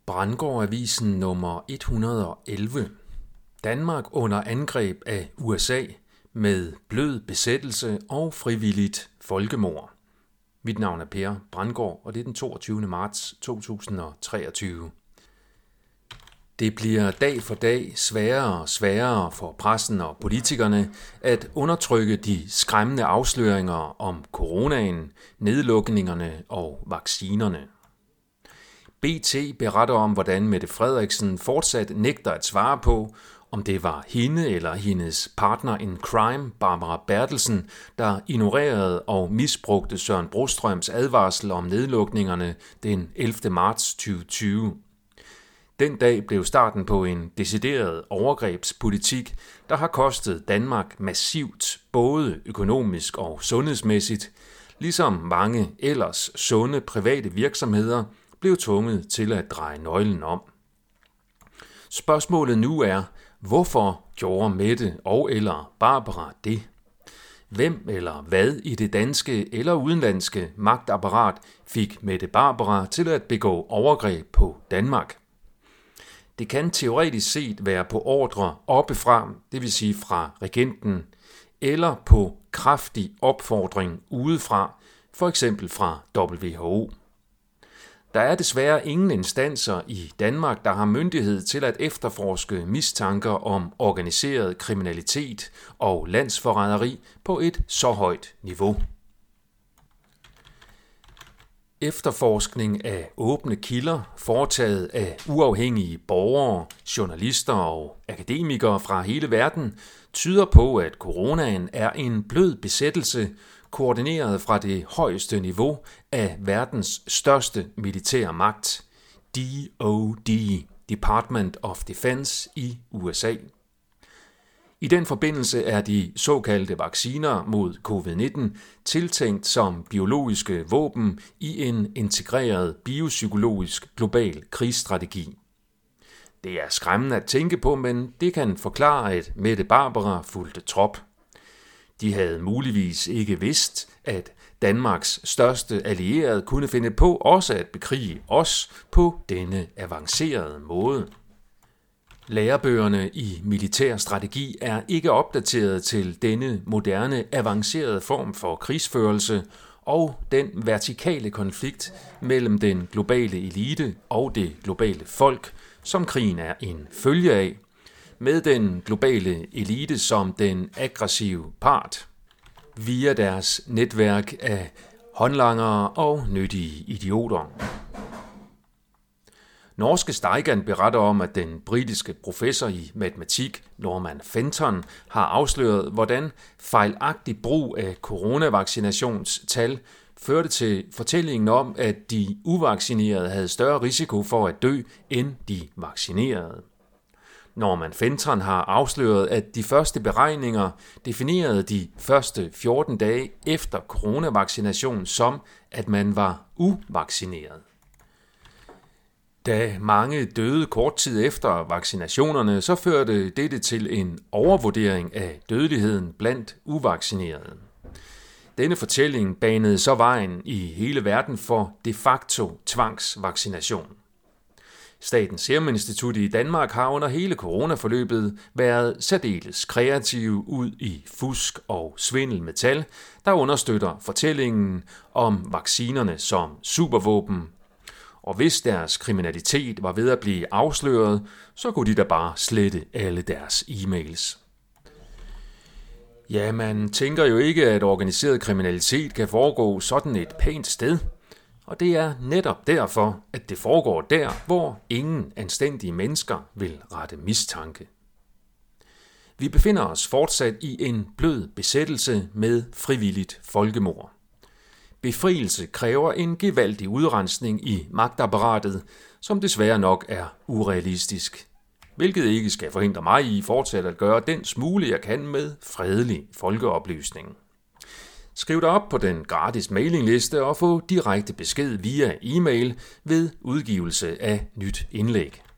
Brandgård-avisen nummer 111. Danmark under angreb af USA med blød besættelse og frivilligt folkemord. Mit navn er Per Brandgård, og det er den 22. marts 2023. Det bliver dag for dag sværere og sværere for pressen og politikerne at undertrykke de skræmmende afsløringer om coronaen, nedlukningerne og vaccinerne. BT beretter om, hvordan Mette Frederiksen fortsat nægter at svare på, om det var hende eller hendes partner in crime, Barbara Bertelsen, der ignorerede og misbrugte Søren Brostrøms advarsel om nedlukningerne den 11. marts 2020. Den dag blev starten på en decideret overgrebspolitik, der har kostet Danmark massivt, både økonomisk og sundhedsmæssigt, ligesom mange ellers sunde private virksomheder blev tvunget til at dreje nøglen om. Spørgsmålet nu er, hvorfor gjorde Mette og eller Barbara det? Hvem eller hvad i det danske eller udenlandske magtapparat fik Mette Barbara til at begå overgreb på Danmark? Det kan teoretisk set være på ordre oppefra, det vil sige fra regenten, eller på kraftig opfordring udefra, for eksempel fra WHO. Der er desværre ingen instanser i Danmark, der har myndighed til at efterforske mistanker om organiseret kriminalitet og landsforræderi på et så højt niveau. Efterforskning af åbne kilder, foretaget af uafhængige borgere, journalister og akademikere fra hele verden, tyder på, at coronaen er en blød besættelse, koordineret fra det højeste niveau af verdens største militære magt, DoD, Department of Defense i USA. I den forbindelse er de såkaldte vacciner mod COVID-19 tiltænkt som biologiske våben i en integreret biopsykologisk global krigsstrategi. Det er skræmmende at tænke på, men det kan forklare, at Mette Barbara fulgte trop. De havde muligvis ikke vidst, at Danmarks største allierede kunne finde på også at bekrige os på denne avancerede måde. Lærebøgerne i militær strategi er ikke opdateret til denne moderne, avancerede form for krigsførelse og den vertikale konflikt mellem den globale elite og det globale folk, som krigen er en følge af, med den globale elite som den aggressive part, via deres netværk af håndlangere og nyttige idioter. Norske Steigan beretter om, at den britiske professor i matematik, Norman Fenton, har afsløret, hvordan fejlagtig brug af coronavaccinationstal førte til fortællingen om, at de uvaccinerede havde større risiko for at dø end de vaccinerede. Norman Fenton har afsløret, at de første beregninger definerede de første 14 dage efter coronavaccination som, at man var uvaccineret. Da mange døde kort tid efter vaccinationerne, så førte dette til en overvurdering af dødeligheden blandt uvaccinerede. Denne fortælling banede så vejen i hele verden for de facto tvangsvaccination. Statens Serum Institut i Danmark har under hele coronaforløbet været særdeles kreative ud i fusk og svindel med tal, der understøtter fortællingen om vaccinerne som supervåben. Og hvis deres kriminalitet var ved at blive afsløret, så kunne de da bare slette alle deres e-mails. Ja, man tænker jo ikke, at organiseret kriminalitet kan foregå sådan et pænt sted. Og det er netop derfor, at det foregår der, hvor ingen anstændige mennesker vil rette mistanke. Vi befinder os fortsat i en blød besættelse med frivilligt folkemord. Befrielse kræver en gevaldig udrensning i magtapparatet, som desværre nok er urealistisk. Hvilket ikke skal forhindre mig i fortsat at gøre den smule, jeg kan med fredelig folkeoplysning. Skriv dig op på den gratis mailingliste og få direkte besked via e-mail ved udgivelse af nyt indlæg.